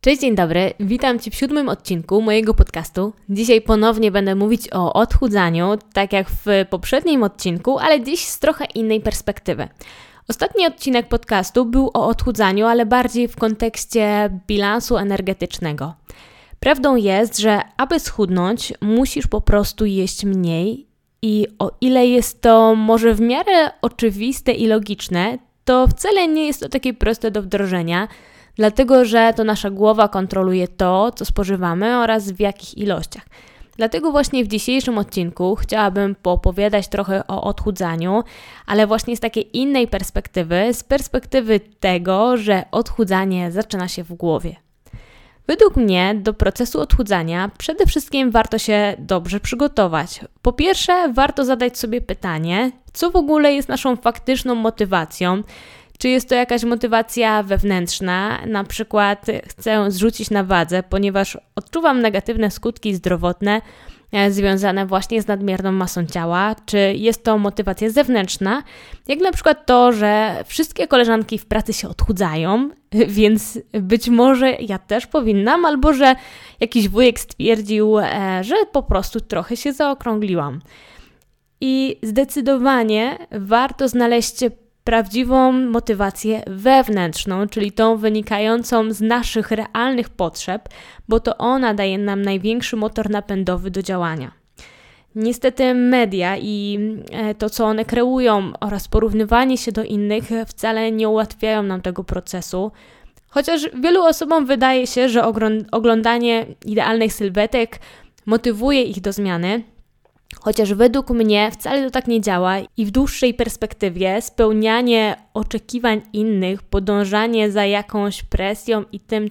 Cześć, dzień dobry. Witam Cię w 7. odcinku mojego podcastu. Dzisiaj ponownie będę mówić o odchudzaniu, tak jak w poprzednim odcinku, ale dziś z trochę innej perspektywy. Ostatni odcinek podcastu był o odchudzaniu, ale bardziej w kontekście bilansu energetycznego. Prawdą jest, że aby schudnąć, musisz po prostu jeść mniej i o ile jest to może w miarę oczywiste i logiczne, to wcale nie jest to takie proste do wdrożenia, dlatego że to nasza głowa kontroluje to, co spożywamy oraz w jakich ilościach. Dlatego właśnie w dzisiejszym odcinku chciałabym poopowiadać trochę o odchudzaniu, ale właśnie z takiej innej perspektywy, z perspektywy tego, że odchudzanie zaczyna się w głowie. Według mnie do procesu odchudzania przede wszystkim warto się dobrze przygotować. Po pierwsze, warto zadać sobie pytanie, co w ogóle jest naszą faktyczną motywacją. Czy jest to jakaś motywacja wewnętrzna, na przykład chcę zrzucić na wadze, ponieważ odczuwam negatywne skutki zdrowotne związane właśnie z nadmierną masą ciała, czy jest to motywacja zewnętrzna, jak na przykład to, że wszystkie koleżanki w pracy się odchudzają, więc być może ja też powinnam, albo że jakiś wujek stwierdził, że po prostu trochę się zaokrągliłam. I zdecydowanie warto znaleźć prawdziwą motywację wewnętrzną, czyli tą wynikającą z naszych realnych potrzeb, bo to ona daje nam największy motor napędowy do działania. Niestety media i to, co one kreują oraz porównywanie się do innych wcale nie ułatwiają nam tego procesu, chociaż wielu osobom wydaje się, że oglądanie idealnych sylwetek motywuje ich do zmiany, chociaż według mnie wcale to tak nie działa i w dłuższej perspektywie spełnianie oczekiwań innych, podążanie za jakąś presją i tym,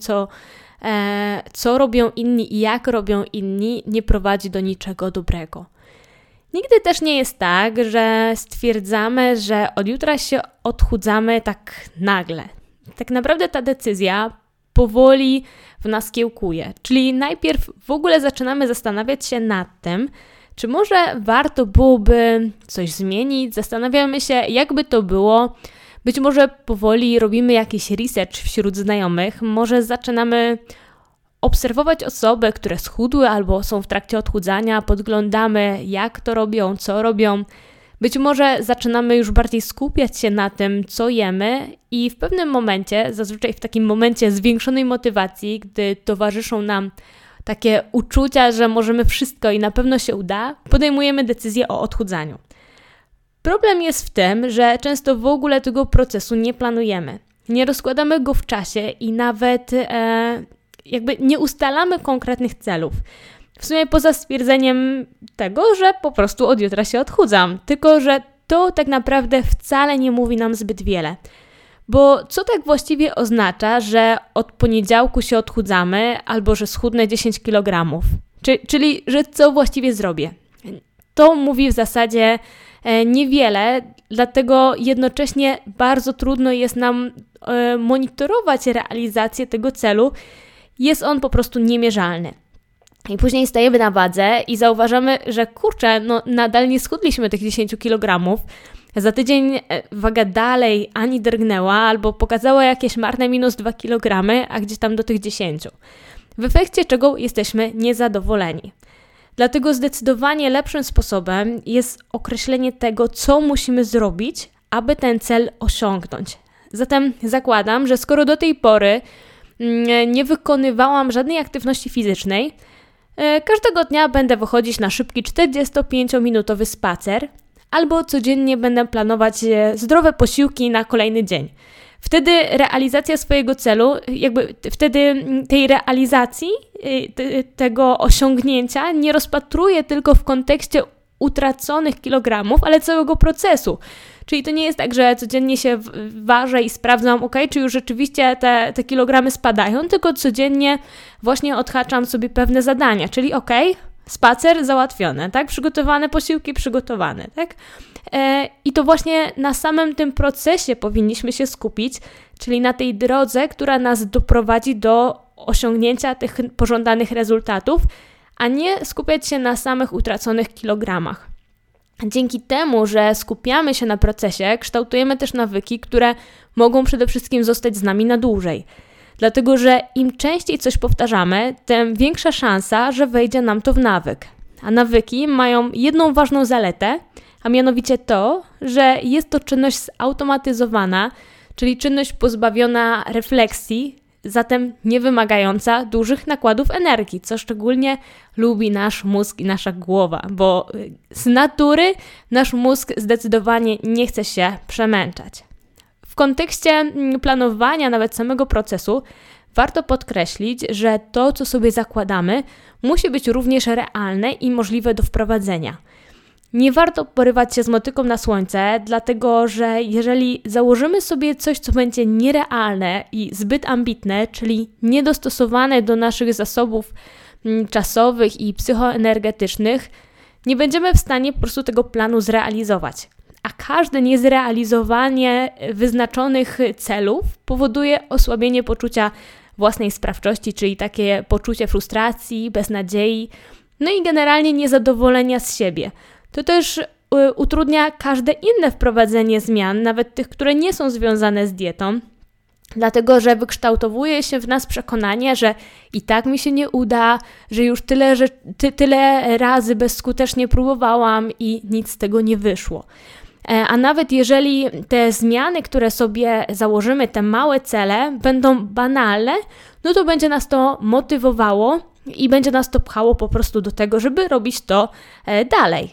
co robią inni i jak robią inni, nie prowadzi do niczego dobrego. Nigdy też nie jest tak, że stwierdzamy, że od jutra się odchudzamy tak nagle. Tak naprawdę ta decyzja powoli w nas kiełkuje, czyli najpierw w ogóle zaczynamy zastanawiać się nad tym, czy może warto byłoby coś zmienić? Zastanawiamy się, jakby to było. Być może powoli robimy jakiś research wśród znajomych. Może zaczynamy obserwować osoby, które schudły albo są w trakcie odchudzania. Podglądamy, jak to robią, co robią. Być może zaczynamy już bardziej skupiać się na tym, co jemy i w pewnym momencie, zazwyczaj w takim momencie zwiększonej motywacji, gdy towarzyszą nam takie uczucia, że możemy wszystko i na pewno się uda, podejmujemy decyzję o odchudzaniu. Problem jest w tym, że często w ogóle tego procesu nie planujemy. Nie rozkładamy go w czasie i nawet jakby nie ustalamy konkretnych celów. W sumie poza stwierdzeniem tego, że po prostu od jutra się odchudzam. Tylko że to tak naprawdę wcale nie mówi nam zbyt wiele. Bo co tak właściwie oznacza, że od poniedziałku się odchudzamy albo że schudnę 10 kg? Czyli, że co właściwie zrobię? To mówi w zasadzie niewiele, dlatego jednocześnie bardzo trudno jest nam monitorować realizację tego celu. Jest on po prostu niemierzalny. I później stajemy na wadze i zauważamy, że kurczę, nadal nie schudliśmy tych 10 kg. Za tydzień waga dalej ani drgnęła, albo pokazała jakieś marne minus 2 kg, a gdzieś tam do tych 10. W efekcie czego jesteśmy niezadowoleni. Dlatego zdecydowanie lepszym sposobem jest określenie tego, co musimy zrobić, aby ten cel osiągnąć. Zatem zakładam, że skoro do tej pory nie wykonywałam żadnej aktywności fizycznej, każdego dnia będę wychodzić na szybki 45-minutowy spacer, albo codziennie będę planować zdrowe posiłki na kolejny dzień. Wtedy realizacja swojego celu, wtedy tej realizacji, tego osiągnięcia nie rozpatruję tylko w kontekście utraconych kilogramów, ale całego procesu. Czyli to nie jest tak, że codziennie się ważę i sprawdzam, czy już rzeczywiście te kilogramy spadają, tylko codziennie właśnie odhaczam sobie pewne zadania, czyli spacer załatwione, tak? Przygotowane posiłki przygotowane, tak? I to właśnie na samym tym procesie powinniśmy się skupić, czyli na tej drodze, która nas doprowadzi do osiągnięcia tych pożądanych rezultatów, a nie skupiać się na samych utraconych kilogramach. Dzięki temu, że skupiamy się na procesie, kształtujemy też nawyki, które mogą przede wszystkim zostać z nami na dłużej. Dlatego, że im częściej coś powtarzamy, tym większa szansa, że wejdzie nam to w nawyk. A nawyki mają jedną ważną zaletę, a mianowicie to, że jest to czynność zautomatyzowana, czyli czynność pozbawiona refleksji, zatem nie wymagająca dużych nakładów energii, co szczególnie lubi nasz mózg i nasza głowa, bo z natury nasz mózg zdecydowanie nie chce się przemęczać. W kontekście planowania nawet samego procesu warto podkreślić, że to, co sobie zakładamy, musi być również realne i możliwe do wprowadzenia. Nie warto porywać się z motyką na słońce, dlatego że jeżeli założymy sobie coś, co będzie nierealne i zbyt ambitne, czyli niedostosowane do naszych zasobów czasowych i psychoenergetycznych, nie będziemy w stanie po prostu tego planu zrealizować. A każde niezrealizowanie wyznaczonych celów powoduje osłabienie poczucia własnej sprawczości, czyli takie poczucie frustracji, beznadziei, no i generalnie niezadowolenia z siebie. To też utrudnia każde inne wprowadzenie zmian, nawet tych, które nie są związane z dietą, dlatego że wykształtowuje się w nas przekonanie, że i tak mi się nie uda, że już tyle razy bezskutecznie próbowałam i nic z tego nie wyszło. A nawet jeżeli te zmiany, które sobie założymy, te małe cele będą banalne, no to będzie nas to motywowało i będzie nas to pchało po prostu do tego, żeby robić to dalej.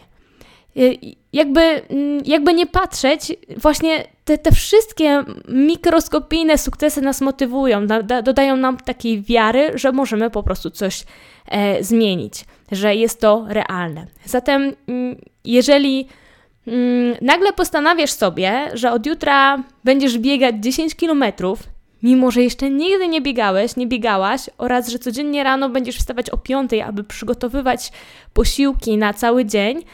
Jakby nie patrzeć, właśnie te wszystkie mikroskopijne sukcesy nas motywują, dodają nam takiej wiary, że możemy po prostu coś zmienić, że jest to realne. Zatem jeżeli nagle postanawiasz sobie, że od jutra będziesz biegać 10 km, mimo że jeszcze nigdy nie biegałaś oraz, że codziennie rano będziesz wstawać o 5, aby przygotowywać posiłki na cały dzień,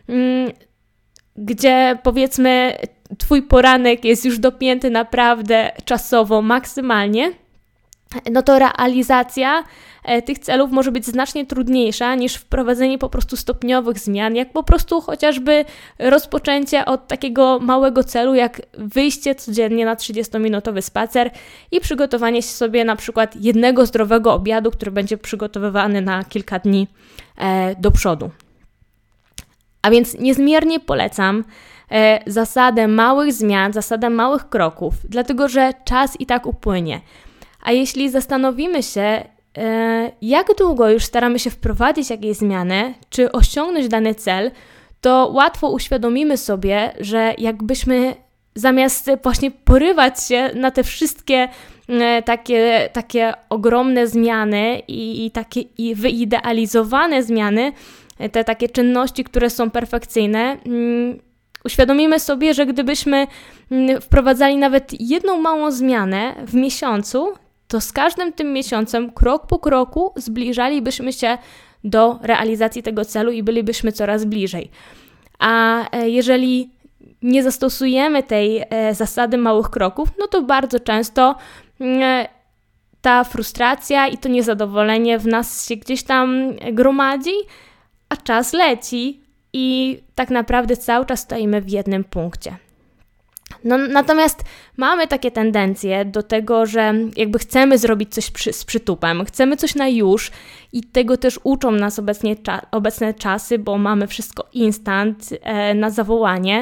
gdzie powiedzmy twój poranek jest już dopięty naprawdę czasowo, maksymalnie, no to realizacja tych celów może być znacznie trudniejsza niż wprowadzenie po prostu stopniowych zmian, jak po prostu chociażby rozpoczęcie od takiego małego celu, jak wyjście codziennie na 30-minutowy spacer i przygotowanie sobie na przykład jednego zdrowego obiadu, który będzie przygotowywany na kilka dni do przodu. A więc niezmiernie polecam zasadę małych zmian, zasadę małych kroków, dlatego że czas i tak upłynie. A jeśli zastanowimy się, jak długo już staramy się wprowadzić jakieś zmiany, czy osiągnąć dany cel, to łatwo uświadomimy sobie, że jakbyśmy zamiast właśnie porywać się na te wszystkie takie ogromne zmiany i takie wyidealizowane zmiany, te takie czynności, które są perfekcyjne, uświadomimy sobie, że gdybyśmy wprowadzali nawet jedną małą zmianę w miesiącu, to z każdym tym miesiącem, krok po kroku, zbliżalibyśmy się do realizacji tego celu i bylibyśmy coraz bliżej. A jeżeli nie zastosujemy tej zasady małych kroków, no to bardzo często ta frustracja i to niezadowolenie w nas się gdzieś tam gromadzi, a czas leci i tak naprawdę cały czas stoimy w jednym punkcie. No, natomiast mamy takie tendencje do tego, że jakby chcemy zrobić coś z przytupem, chcemy coś na już i tego też uczą nas obecne czasy, bo mamy wszystko instant, na zawołanie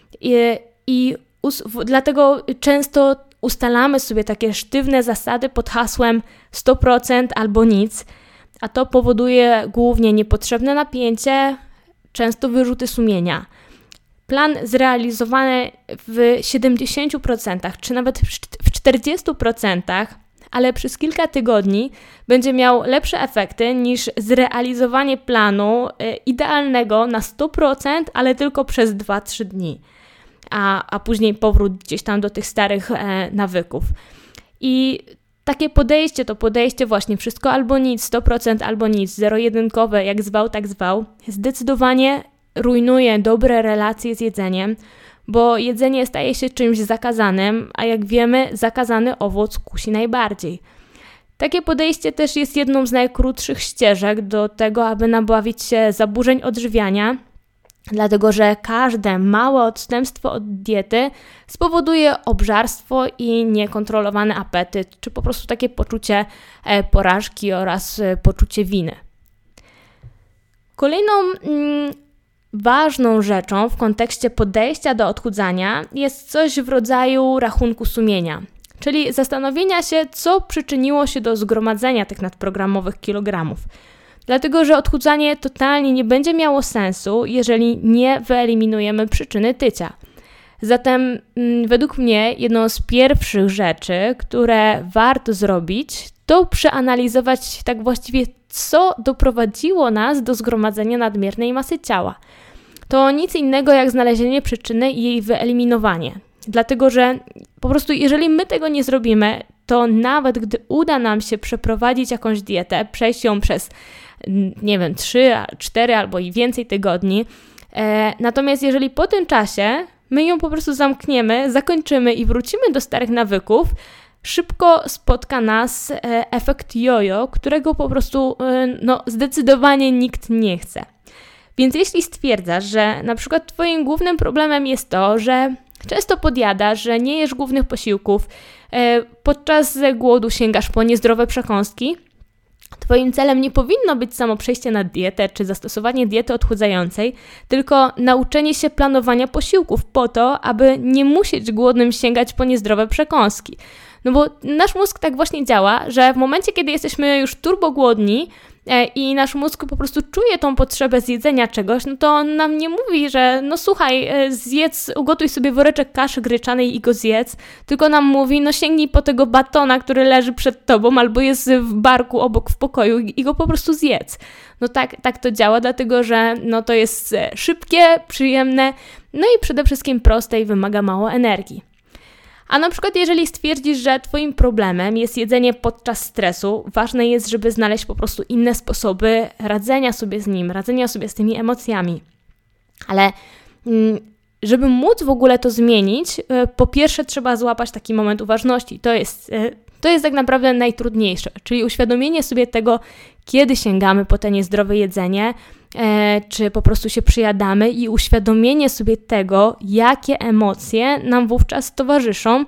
dlatego często ustalamy sobie takie sztywne zasady pod hasłem 100% albo nic, a to powoduje głównie niepotrzebne napięcie, często wyrzuty sumienia. Plan zrealizowany w 70% czy nawet w 40%, ale przez kilka tygodni będzie miał lepsze efekty niż zrealizowanie planu idealnego na 100%, ale tylko przez 2-3 dni, a później powrót gdzieś tam do tych starych nawyków. I takie podejście, to podejście właśnie wszystko albo nic, 100% albo nic, zero-jedynkowe, jak zwał, tak zwał, zdecydowanie rujnuje dobre relacje z jedzeniem, bo jedzenie staje się czymś zakazanym, a jak wiemy, zakazany owoc kusi najbardziej. Takie podejście też jest jedną z najkrótszych ścieżek do tego, aby nabawić się zaburzeń odżywiania, Dlatego, że każde małe odstępstwo od diety spowoduje obżarstwo i niekontrolowany apetyt, czy po prostu takie poczucie porażki oraz poczucie winy. Kolejną ważną rzeczą w kontekście podejścia do odchudzania jest coś w rodzaju rachunku sumienia, czyli zastanowienia się, co przyczyniło się do zgromadzenia tych nadprogramowych kilogramów. Dlatego, że odchudzanie totalnie nie będzie miało sensu, jeżeli nie wyeliminujemy przyczyny tycia. Zatem według mnie jedną z pierwszych rzeczy, które warto zrobić, to przeanalizować tak właściwie, co doprowadziło nas do zgromadzenia nadmiernej masy ciała. To nic innego jak znalezienie przyczyny i jej wyeliminowanie. Dlatego, że po prostu jeżeli my tego nie zrobimy, to nawet gdy uda nam się przeprowadzić jakąś dietę, przejść ją przez 3, 4 albo i więcej tygodni, natomiast jeżeli po tym czasie my ją po prostu zamkniemy, zakończymy i wrócimy do starych nawyków, szybko spotka nas efekt jojo, którego po prostu zdecydowanie nikt nie chce. Więc jeśli stwierdzasz, że na przykład twoim głównym problemem jest to, że często podjadasz, że nie jesz głównych posiłków, podczas głodu sięgasz po niezdrowe przekąski, twoim celem nie powinno być samo przejście na dietę czy zastosowanie diety odchudzającej, tylko nauczenie się planowania posiłków po to, aby nie musieć głodnym sięgać po niezdrowe przekąski. No bo nasz mózg tak właśnie działa, że w momencie, kiedy jesteśmy już turbo głodni i nasz mózg po prostu czuje tą potrzebę zjedzenia czegoś, no to on nam nie mówi, że no słuchaj, ugotuj sobie woreczek kaszy gryczanej i go zjedz, tylko nam mówi, no sięgnij po tego batona, który leży przed tobą albo jest w barku obok w pokoju i go po prostu zjedz. No tak to działa, dlatego że no to jest szybkie, przyjemne, no i przede wszystkim proste i wymaga mało energii. A na przykład jeżeli stwierdzisz, że twoim problemem jest jedzenie podczas stresu, ważne jest, żeby znaleźć po prostu inne sposoby radzenia sobie z nim, radzenia sobie z tymi emocjami. Ale żeby móc w ogóle to zmienić, po pierwsze trzeba złapać taki moment uważności. To jest tak naprawdę najtrudniejsze, czyli uświadomienie sobie tego, kiedy sięgamy po te niezdrowe jedzenie, czy po prostu się przyjadamy i uświadomienie sobie tego, jakie emocje nam wówczas towarzyszą.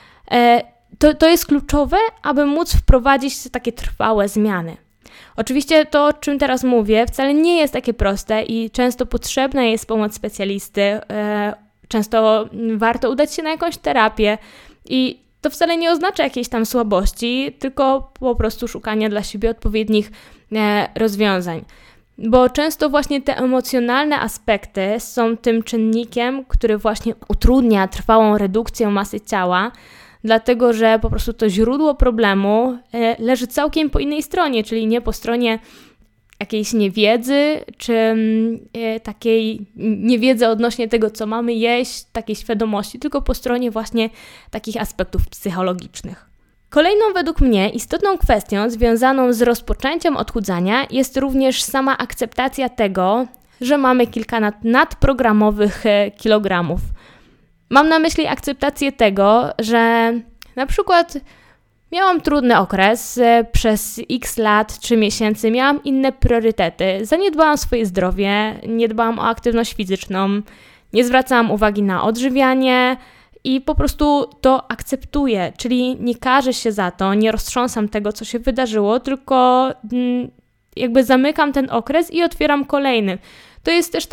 To jest kluczowe, aby móc wprowadzić takie trwałe zmiany. Oczywiście to, o czym teraz mówię, wcale nie jest takie proste i często potrzebna jest pomoc specjalisty, często warto udać się na jakąś terapię i to wcale nie oznacza jakiejś tam słabości, tylko po prostu szukania dla siebie odpowiednich rozwiązań. Bo często właśnie te emocjonalne aspekty są tym czynnikiem, który właśnie utrudnia trwałą redukcję masy ciała, dlatego że po prostu to źródło problemu leży całkiem po innej stronie, czyli nie po stronie jakiejś niewiedzy, czy takiej niewiedzy odnośnie tego, co mamy jeść, takiej świadomości, tylko po stronie właśnie takich aspektów psychologicznych. Kolejną według mnie istotną kwestią związaną z rozpoczęciem odchudzania jest również sama akceptacja tego, że mamy kilka nadprogramowych kilogramów. Mam na myśli akceptację tego, że na przykład miałam trudny okres, przez x lat czy miesięcy miałam inne priorytety, zaniedbałam swoje zdrowie, nie dbałam o aktywność fizyczną, nie zwracałam uwagi na odżywianie i po prostu to akceptuję, czyli nie karzę się za to, nie roztrząsam tego, co się wydarzyło, tylko jakby zamykam ten okres i otwieram kolejny. To jest też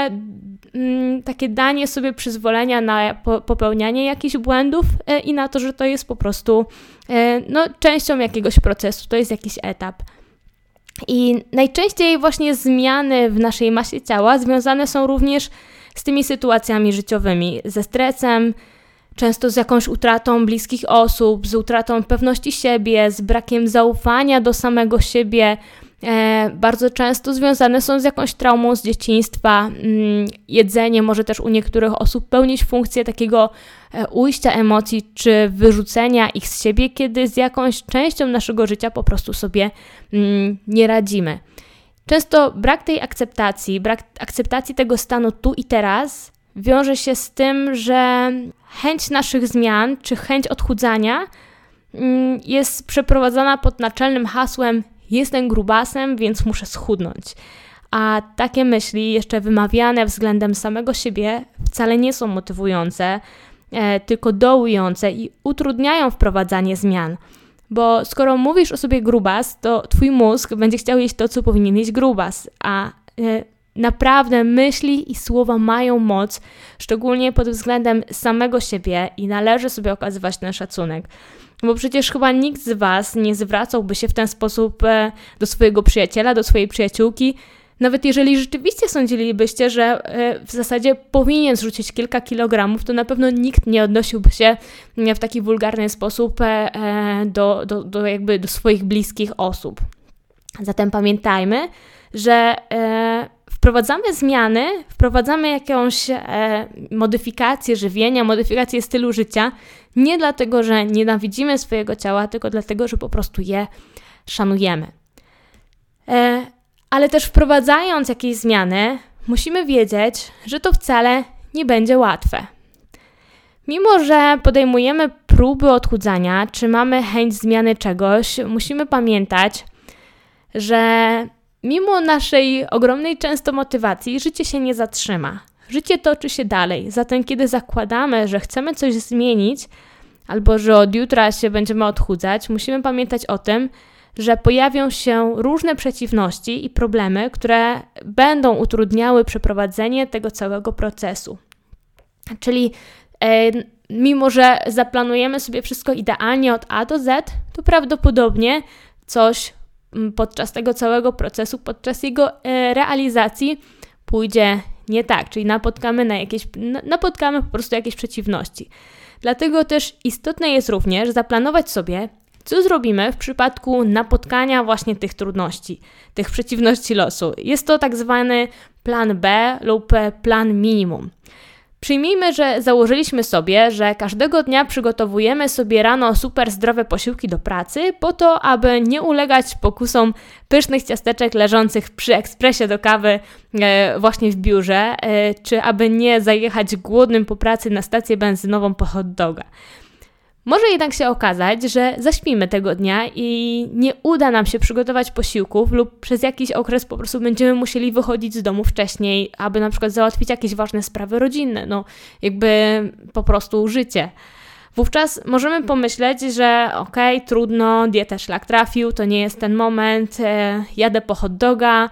takie danie sobie przyzwolenia na popełnianie jakichś błędów i na to, że to jest po prostu częścią jakiegoś procesu, to jest jakiś etap. I najczęściej właśnie zmiany w naszej masie ciała związane są również z tymi sytuacjami życiowymi, ze stresem, często z jakąś utratą bliskich osób, z utratą pewności siebie, z brakiem zaufania do samego siebie. Bardzo często związane są z jakąś traumą z dzieciństwa. Jedzenie może też u niektórych osób pełnić funkcję takiego ujścia emocji czy wyrzucenia ich z siebie, kiedy z jakąś częścią naszego życia po prostu sobie nie radzimy. Często brak tej akceptacji, brak akceptacji tego stanu tu i teraz wiąże się z tym, że chęć naszych zmian czy chęć odchudzania jest przeprowadzana pod naczelnym hasłem: jestem grubasem, więc muszę schudnąć. a takie myśli, jeszcze wymawiane względem samego siebie, wcale nie są motywujące, tylko dołujące i utrudniają wprowadzanie zmian. Bo skoro mówisz o sobie grubas, to twój mózg będzie chciał jeść to, co powinien jeść grubas, a naprawdę myśli i słowa mają moc, szczególnie pod względem samego siebie i należy sobie okazywać ten szacunek. Bo przecież chyba nikt z was nie zwracałby się w ten sposób do swojego przyjaciela, do swojej przyjaciółki, nawet jeżeli rzeczywiście sądzilibyście, że w zasadzie powinien zrzucić kilka kilogramów, to na pewno nikt nie odnosiłby się w taki wulgarny sposób do swoich bliskich osób. Zatem pamiętajmy, że wprowadzamy zmiany, wprowadzamy jakąś modyfikację żywienia, modyfikację stylu życia, nie dlatego, że nienawidzimy swojego ciała, tylko dlatego, że po prostu je szanujemy. Ale też wprowadzając jakieś zmiany, musimy wiedzieć, że to wcale nie będzie łatwe. Mimo że podejmujemy próby odchudzania, czy mamy chęć zmiany czegoś, musimy pamiętać, że mimo naszej ogromnej często motywacji, życie się nie zatrzyma. Życie toczy się dalej. Zatem kiedy zakładamy, że chcemy coś zmienić, albo że od jutra się będziemy odchudzać, musimy pamiętać o tym, że pojawią się różne przeciwności i problemy, które będą utrudniały przeprowadzenie tego całego procesu. Czyli mimo że zaplanujemy sobie wszystko idealnie od A do Z, to prawdopodobnie coś podczas tego całego procesu, podczas jego realizacji pójdzie nie tak, czyli napotkamy po prostu jakieś przeciwności. Dlatego też istotne jest również zaplanować sobie, co zrobimy w przypadku napotkania właśnie tych trudności, tych przeciwności losu. Jest to tak zwany plan B lub plan minimum. Przyjmijmy, że założyliśmy sobie, że każdego dnia przygotowujemy sobie rano super zdrowe posiłki do pracy po to, aby nie ulegać pokusom pysznych ciasteczek leżących przy ekspresie do kawy właśnie w biurze, czy aby nie zajechać głodnym po pracy na stację benzynową po hot doga. Może jednak się okazać, że zaśpimy tego dnia i nie uda nam się przygotować posiłków lub przez jakiś okres po prostu będziemy musieli wychodzić z domu wcześniej, aby na przykład załatwić jakieś ważne sprawy rodzinne, po prostu życie. Wówczas możemy pomyśleć, że trudno, dietę szlak trafił, to nie jest ten moment, jadę po hot doga,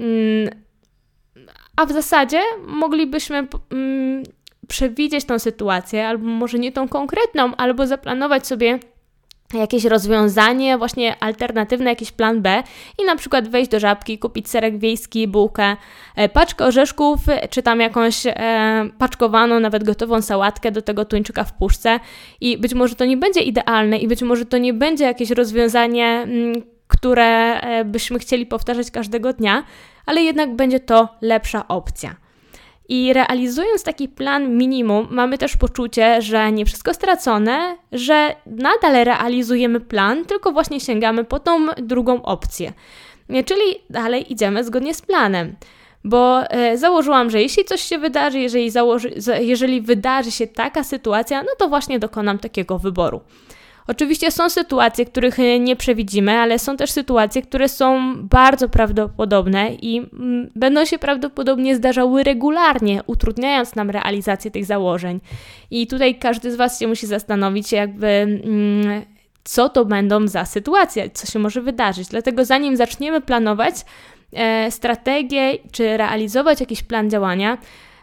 a w zasadzie moglibyśmy przewidzieć tą sytuację, albo może nie tą konkretną, albo zaplanować sobie jakieś rozwiązanie, właśnie alternatywne, jakiś plan B i na przykład wejść do Żabki, kupić serek wiejski, bułkę, paczkę orzeszków, czy tam jakąś paczkowaną, nawet gotową sałatkę do tego tuńczyka w puszce i być może to nie będzie idealne i być może to nie będzie jakieś rozwiązanie, które byśmy chcieli powtarzać każdego dnia, ale jednak będzie to lepsza opcja. I realizując taki plan minimum, mamy też poczucie, że nie wszystko stracone, że nadal realizujemy plan, tylko właśnie sięgamy po tą drugą opcję. Czyli dalej idziemy zgodnie z planem. Bo założyłam, że jeśli coś się wydarzy, jeżeli wydarzy się taka sytuacja, no to właśnie dokonam takiego wyboru. Oczywiście są sytuacje, których nie przewidzimy, ale są też sytuacje, które są bardzo prawdopodobne i będą się prawdopodobnie zdarzały regularnie, utrudniając nam realizację tych założeń. I tutaj każdy z Was się musi zastanowić, co to będą za sytuacje, co się może wydarzyć. Dlatego zanim zaczniemy planować strategię czy realizować jakiś plan działania,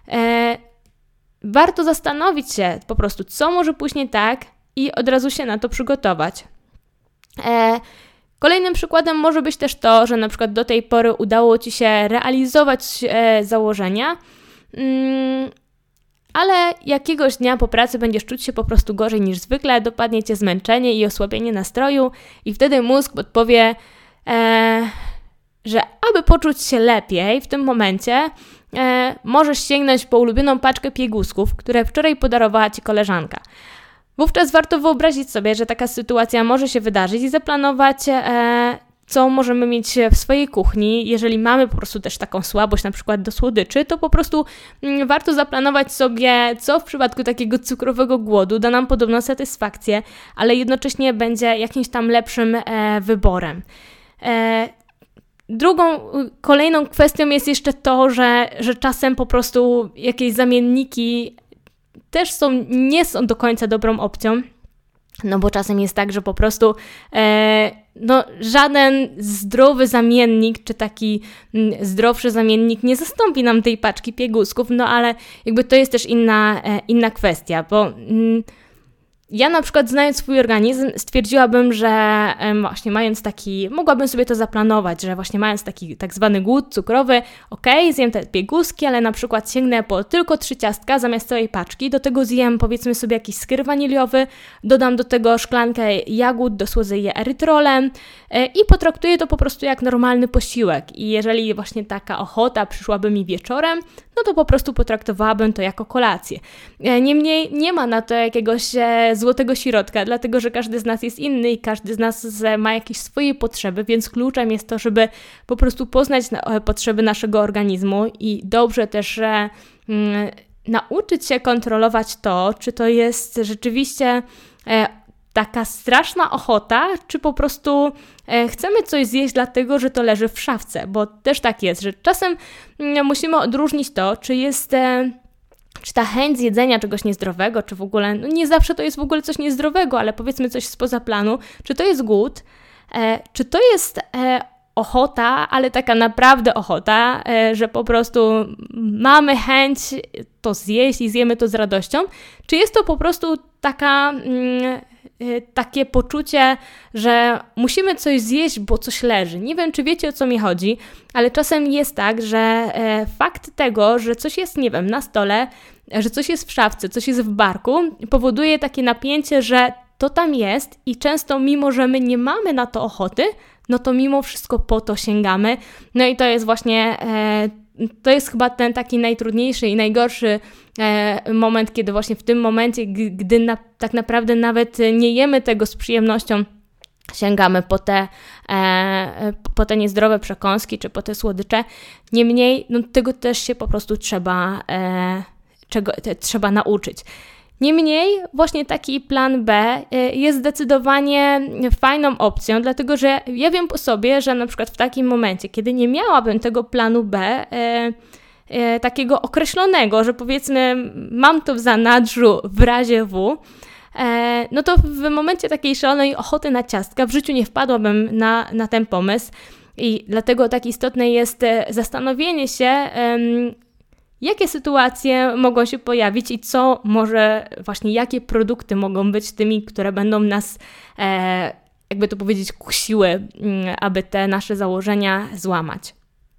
warto zastanowić się po prostu, co może pójść nie tak, i od razu się na to przygotować. Kolejnym przykładem może być też to, że na przykład do tej pory udało Ci się realizować założenia, ale jakiegoś dnia po pracy będziesz czuć się po prostu gorzej niż zwykle, dopadnie Cię zmęczenie i osłabienie nastroju i wtedy mózg podpowie, że aby poczuć się lepiej w tym momencie, możesz sięgnąć po ulubioną paczkę piegusków, które wczoraj podarowała Ci koleżanka. Wówczas warto wyobrazić sobie, że taka sytuacja może się wydarzyć i zaplanować, co możemy mieć w swojej kuchni. Jeżeli mamy po prostu też taką słabość na przykład do słodyczy, to po prostu warto zaplanować sobie, co w przypadku takiego cukrowego głodu da nam podobną satysfakcję, ale jednocześnie będzie jakimś tam lepszym wyborem. Kolejną kwestią jest jeszcze to, że czasem po prostu jakieś zamienniki też nie są do końca dobrą opcją, no bo czasem jest tak, że po prostu żaden zdrowy zamiennik, czy taki zdrowszy zamiennik nie zastąpi nam tej paczki piegusków, no ale jakby to jest też inna kwestia, bo ja na przykład, znając swój organizm, stwierdziłabym, że właśnie mogłabym sobie to zaplanować, że właśnie mając taki tak zwany głód cukrowy, zjem te pieguski, ale na przykład sięgnę po tylko 3 ciastka zamiast całej paczki, do tego zjem powiedzmy sobie jakiś skyr waniliowy, dodam do tego szklankę jagód, dosłodzę je erytrolem i potraktuję to po prostu jak normalny posiłek. I jeżeli właśnie taka ochota przyszłaby mi wieczorem, no to po prostu potraktowałabym to jako kolację. Niemniej nie ma na to jakiegoś złotego środka, dlatego że każdy z nas jest inny i każdy z nas ma jakieś swoje potrzeby, więc kluczem jest to, żeby po prostu poznać potrzeby naszego organizmu i dobrze też nauczyć się kontrolować to, czy to jest rzeczywiście taka straszna ochota, czy po prostu chcemy coś zjeść dlatego, że to leży w szafce, bo też tak jest, że czasem musimy odróżnić to, czy ta chęć zjedzenia czegoś niezdrowego, czy w ogóle, no nie zawsze to jest w ogóle coś niezdrowego, ale powiedzmy coś spoza planu, czy to jest głód, czy to jest ochota, ale taka naprawdę ochota, że po prostu mamy chęć to zjeść i zjemy to z radością, czy jest to po prostu takie poczucie, że musimy coś zjeść, bo coś leży. Nie wiem, czy wiecie, o co mi chodzi, ale czasem jest tak, że fakt tego, że coś jest, nie wiem, na stole, że coś jest w szafce, coś jest w barku, powoduje takie napięcie, że to tam jest i często mimo, że my nie mamy na to ochoty, no to mimo wszystko po to sięgamy. No i to jest właśnie, to jest chyba ten taki najtrudniejszy i najgorszy moment, kiedy właśnie w tym momencie, gdy tak naprawdę nawet nie jemy tego z przyjemnością, sięgamy po te niezdrowe przekąski czy po te słodycze. Niemniej no, tego też się po prostu trzeba nauczyć. Niemniej właśnie taki plan B jest zdecydowanie fajną opcją, dlatego że ja wiem po sobie, że na przykład w takim momencie, kiedy nie miałabym tego planu B, takiego określonego, że powiedzmy mam to w zanadrzu w razie W, no to w momencie takiej szalonej ochoty na ciastka w życiu nie wpadłabym na ten pomysł i dlatego tak istotne jest zastanowienie się, jakie sytuacje mogą się pojawić i co może właśnie, jakie produkty mogą być tymi, które będą nas, jakby to powiedzieć, kusiły, aby te nasze założenia złamać.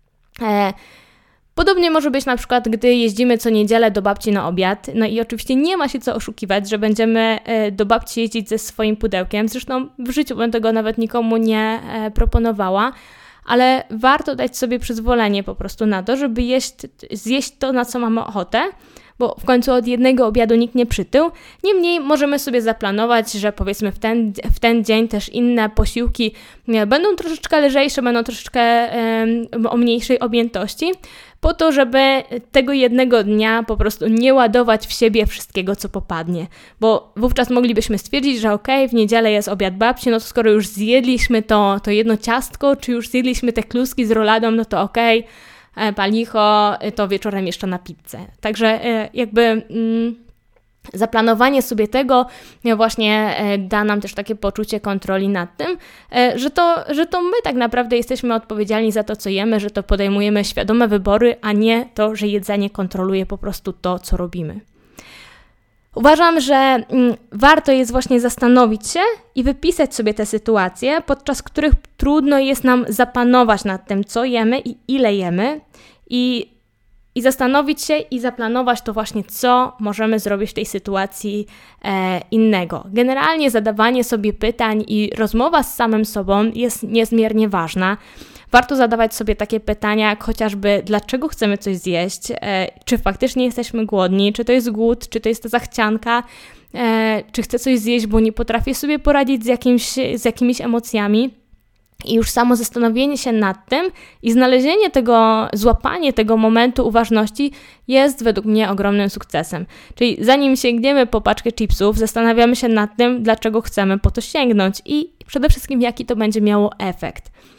Podobnie może być na przykład, gdy jeździmy co niedzielę do babci na obiad, no i oczywiście nie ma się co oszukiwać, że będziemy do babci jeździć ze swoim pudełkiem, zresztą w życiu bym tego nawet nikomu nie proponowała, ale warto dać sobie przyzwolenie po prostu na to, żeby zjeść to, na co mamy ochotę, bo w końcu od jednego obiadu nikt nie przytył. Niemniej możemy sobie zaplanować, że powiedzmy w ten dzień też inne posiłki będą troszeczkę lżejsze, będą troszeczkę o mniejszej objętości, po to, żeby tego jednego dnia po prostu nie ładować w siebie wszystkiego, co popadnie. Bo wówczas moglibyśmy stwierdzić, że w niedzielę jest obiad babci, no to skoro już zjedliśmy to jedno ciastko, czy już zjedliśmy te kluski z roladą, no to palicho, to wieczorem jeszcze na pizzę. Także jakby zaplanowanie sobie tego właśnie da nam też takie poczucie kontroli nad tym, że to my tak naprawdę jesteśmy odpowiedzialni za to, co jemy, że to podejmujemy świadome wybory, a nie to, że jedzenie kontroluje po prostu to, co robimy. Uważam, że warto jest właśnie zastanowić się i wypisać sobie te sytuacje, podczas których trudno jest nam zapanować nad tym, co jemy i ile jemy i zastanowić się i zaplanować to właśnie, co możemy zrobić w tej sytuacji innego. Generalnie zadawanie sobie pytań i rozmowa z samym sobą jest niezmiernie ważna. Warto zadawać sobie takie pytania, jak chociażby dlaczego chcemy coś zjeść, czy faktycznie jesteśmy głodni, czy to jest głód, czy to jest ta zachcianka, czy chcę coś zjeść, bo nie potrafię sobie poradzić z jakimiś emocjami. I już samo zastanowienie się nad tym i znalezienie złapanie tego momentu uważności jest według mnie ogromnym sukcesem. Czyli zanim sięgniemy po paczkę chipsów, zastanawiamy się nad tym, dlaczego chcemy po to sięgnąć i przede wszystkim jaki to będzie miało efekt.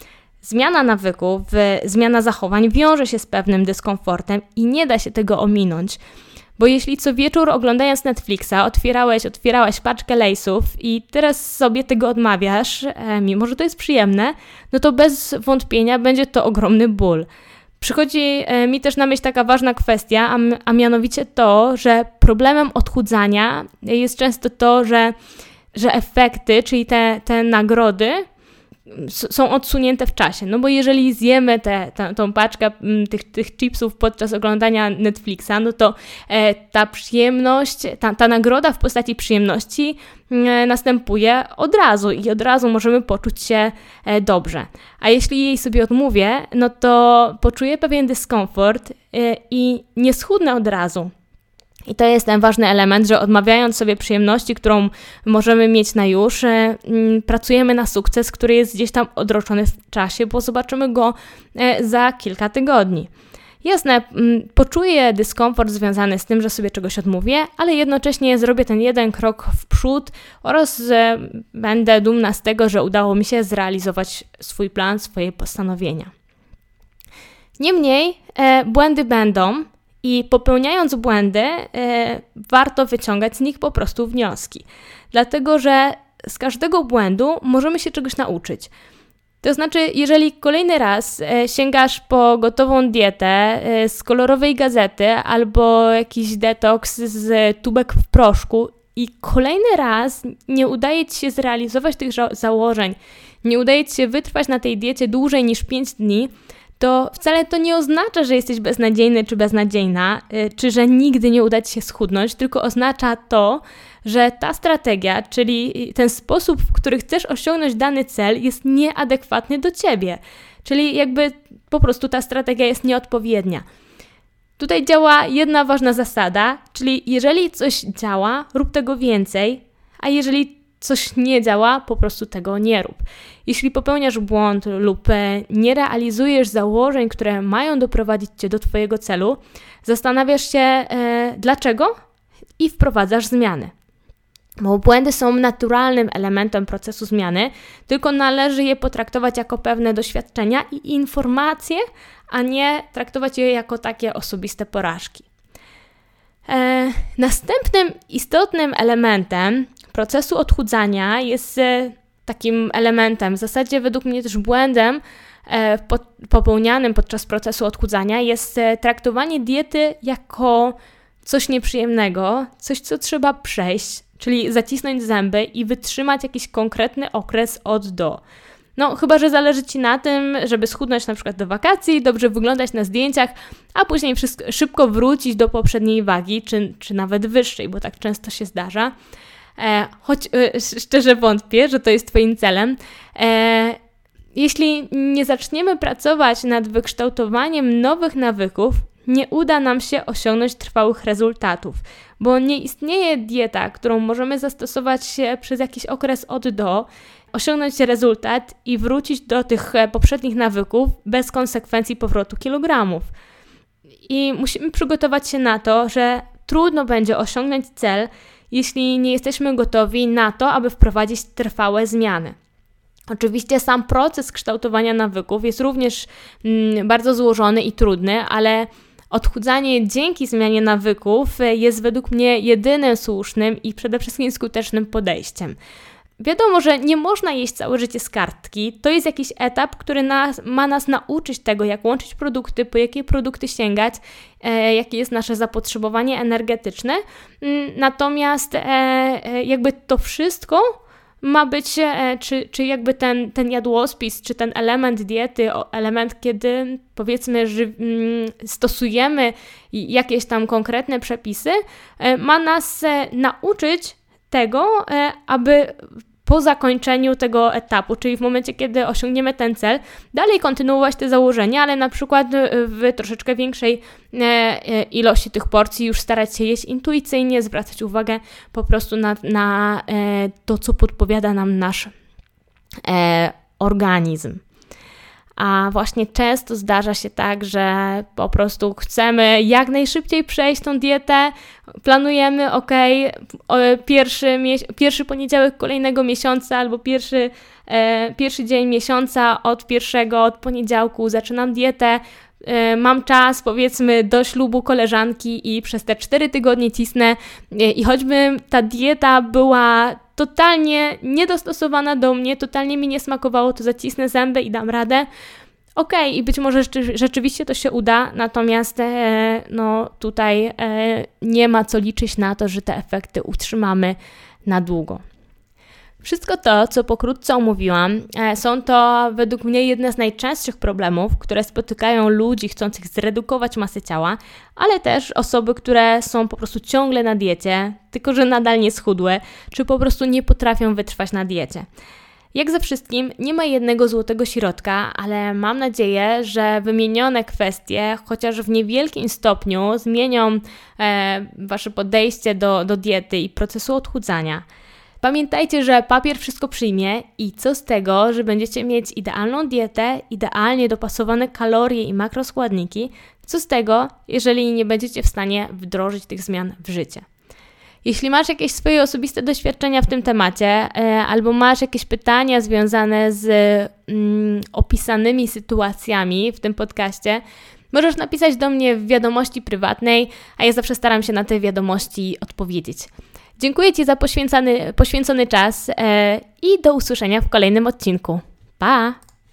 Zmiana nawyków, zmiana zachowań wiąże się z pewnym dyskomfortem i nie da się tego ominąć. Bo jeśli co wieczór oglądając Netflixa otwierałaś paczkę Lay'sów i teraz sobie tego odmawiasz, mimo że to jest przyjemne, no to bez wątpienia będzie to ogromny ból. Przychodzi mi też na myśl taka ważna kwestia, a mianowicie to, że problemem odchudzania jest często to, że efekty, czyli te nagrody są odsunięte w czasie. No bo jeżeli zjemy tą paczkę tych chipsów podczas oglądania Netflixa, no to ta przyjemność, ta nagroda w postaci przyjemności następuje od razu i od razu możemy poczuć się dobrze. A jeśli jej sobie odmówię, no to poczuję pewien dyskomfort i nie schudnę od razu. I to jest ten ważny element, że odmawiając sobie przyjemności, którą możemy mieć na już, pracujemy na sukces, który jest gdzieś tam odroczony w czasie, bo zobaczymy go za kilka tygodni. Jasne, poczuję dyskomfort związany z tym, że sobie czegoś odmówię, ale jednocześnie zrobię ten jeden krok w przód oraz będę dumna z tego, że udało mi się zrealizować swój plan, swoje postanowienia. Niemniej błędy będą, i popełniając błędy, warto wyciągać z nich po prostu wnioski. Dlatego, że z każdego błędu możemy się czegoś nauczyć. To znaczy, jeżeli kolejny raz sięgasz po gotową dietę z kolorowej gazety albo jakiś detoks z tubek w proszku i kolejny raz nie udaje Ci się zrealizować tych założeń, nie udaje Ci się wytrwać na tej diecie dłużej niż 5 dni, to wcale to nie oznacza, że jesteś beznadziejny czy beznadziejna, czy że nigdy nie uda Ci się schudnąć, tylko oznacza to, że ta strategia, czyli ten sposób, w który chcesz osiągnąć dany cel, jest nieadekwatny do Ciebie. Czyli jakby po prostu ta strategia jest nieodpowiednia. Tutaj działa jedna ważna zasada, czyli jeżeli coś działa, rób tego więcej, a jeżeli coś nie działa, po prostu tego nie rób. Jeśli popełniasz błąd lub nie realizujesz założeń, które mają doprowadzić Cię do Twojego celu, zastanawiasz się dlaczego i wprowadzasz zmiany. Bo błędy są naturalnym elementem procesu zmiany, tylko należy je potraktować jako pewne doświadczenia i informacje, a nie traktować je jako takie osobiste porażki. Następnym istotnym elementem procesu odchudzania jest takim elementem, w zasadzie według mnie też błędem popełnianym podczas procesu odchudzania jest traktowanie diety jako coś nieprzyjemnego, coś co trzeba przejść, czyli zacisnąć zęby i wytrzymać jakiś konkretny okres od do. No, chyba że zależy Ci na tym, żeby schudnąć na przykład do wakacji, dobrze wyglądać na zdjęciach, a później szybko wrócić do poprzedniej wagi, czy nawet wyższej, bo tak często się zdarza. Choć szczerze wątpię, że to jest Twoim celem. Jeśli nie zaczniemy pracować nad wykształtowaniem nowych nawyków, nie uda nam się osiągnąć trwałych rezultatów, bo nie istnieje dieta, którą możemy zastosować przez jakiś okres od do, osiągnąć rezultat i wrócić do tych poprzednich nawyków bez konsekwencji powrotu kilogramów. I musimy przygotować się na to, że trudno będzie osiągnąć cel, jeśli nie jesteśmy gotowi na to, aby wprowadzić trwałe zmiany. Oczywiście sam proces kształtowania nawyków jest również bardzo złożony i trudny, ale odchudzanie dzięki zmianie nawyków jest według mnie jedynym słusznym i przede wszystkim skutecznym podejściem. Wiadomo, że nie można jeść całe życie z kartki. To jest jakiś etap, który ma nas nauczyć tego, jak łączyć produkty, po jakie produkty sięgać, jakie jest nasze zapotrzebowanie energetyczne. Natomiast jakby to wszystko ma być, czy jakby ten jadłospis, czy ten element diety, element, kiedy powiedzmy stosujemy jakieś tam konkretne przepisy, ma nas nauczyć tego, aby po zakończeniu tego etapu, czyli w momencie, kiedy osiągniemy ten cel, dalej kontynuować te założenia, ale na przykład w troszeczkę większej ilości tych porcji już starać się jeść intuicyjnie, zwracać uwagę po prostu na to, co podpowiada nam nasz organizm. A właśnie często zdarza się tak, że po prostu chcemy jak najszybciej przejść tą dietę, planujemy, pierwszy poniedziałek kolejnego miesiąca albo pierwszy pierwszy dzień miesiąca, od poniedziałku zaczynam dietę, mam czas powiedzmy do ślubu koleżanki i przez te 4 tygodnie cisnę i choćby ta dieta była totalnie niedostosowana do mnie, totalnie mi nie smakowało, to zacisnę zęby i dam radę. Okej, i być może rzeczywiście to się uda, natomiast tutaj nie ma co liczyć na to, że te efekty utrzymamy na długo. Wszystko to, co pokrótce omówiłam, są to według mnie jedne z najczęstszych problemów, które spotykają ludzi chcących zredukować masę ciała, ale też osoby, które są po prostu ciągle na diecie, tylko że nadal nie schudłe, czy po prostu nie potrafią wytrwać na diecie. Jak ze wszystkim, nie ma jednego złotego środka, ale mam nadzieję, że wymienione kwestie, chociaż w niewielkim stopniu, zmienią Wasze podejście do diety i procesu odchudzania. Pamiętajcie, że papier wszystko przyjmie i co z tego, że będziecie mieć idealną dietę, idealnie dopasowane kalorie i makroskładniki, co z tego, jeżeli nie będziecie w stanie wdrożyć tych zmian w życie. Jeśli masz jakieś swoje osobiste doświadczenia w tym temacie albo masz jakieś pytania związane z opisanymi sytuacjami w tym podcaście, możesz napisać do mnie w wiadomości prywatnej, a ja zawsze staram się na te wiadomości odpowiedzieć. Dziękuję Ci za poświęcony czas i do usłyszenia w kolejnym odcinku. Pa!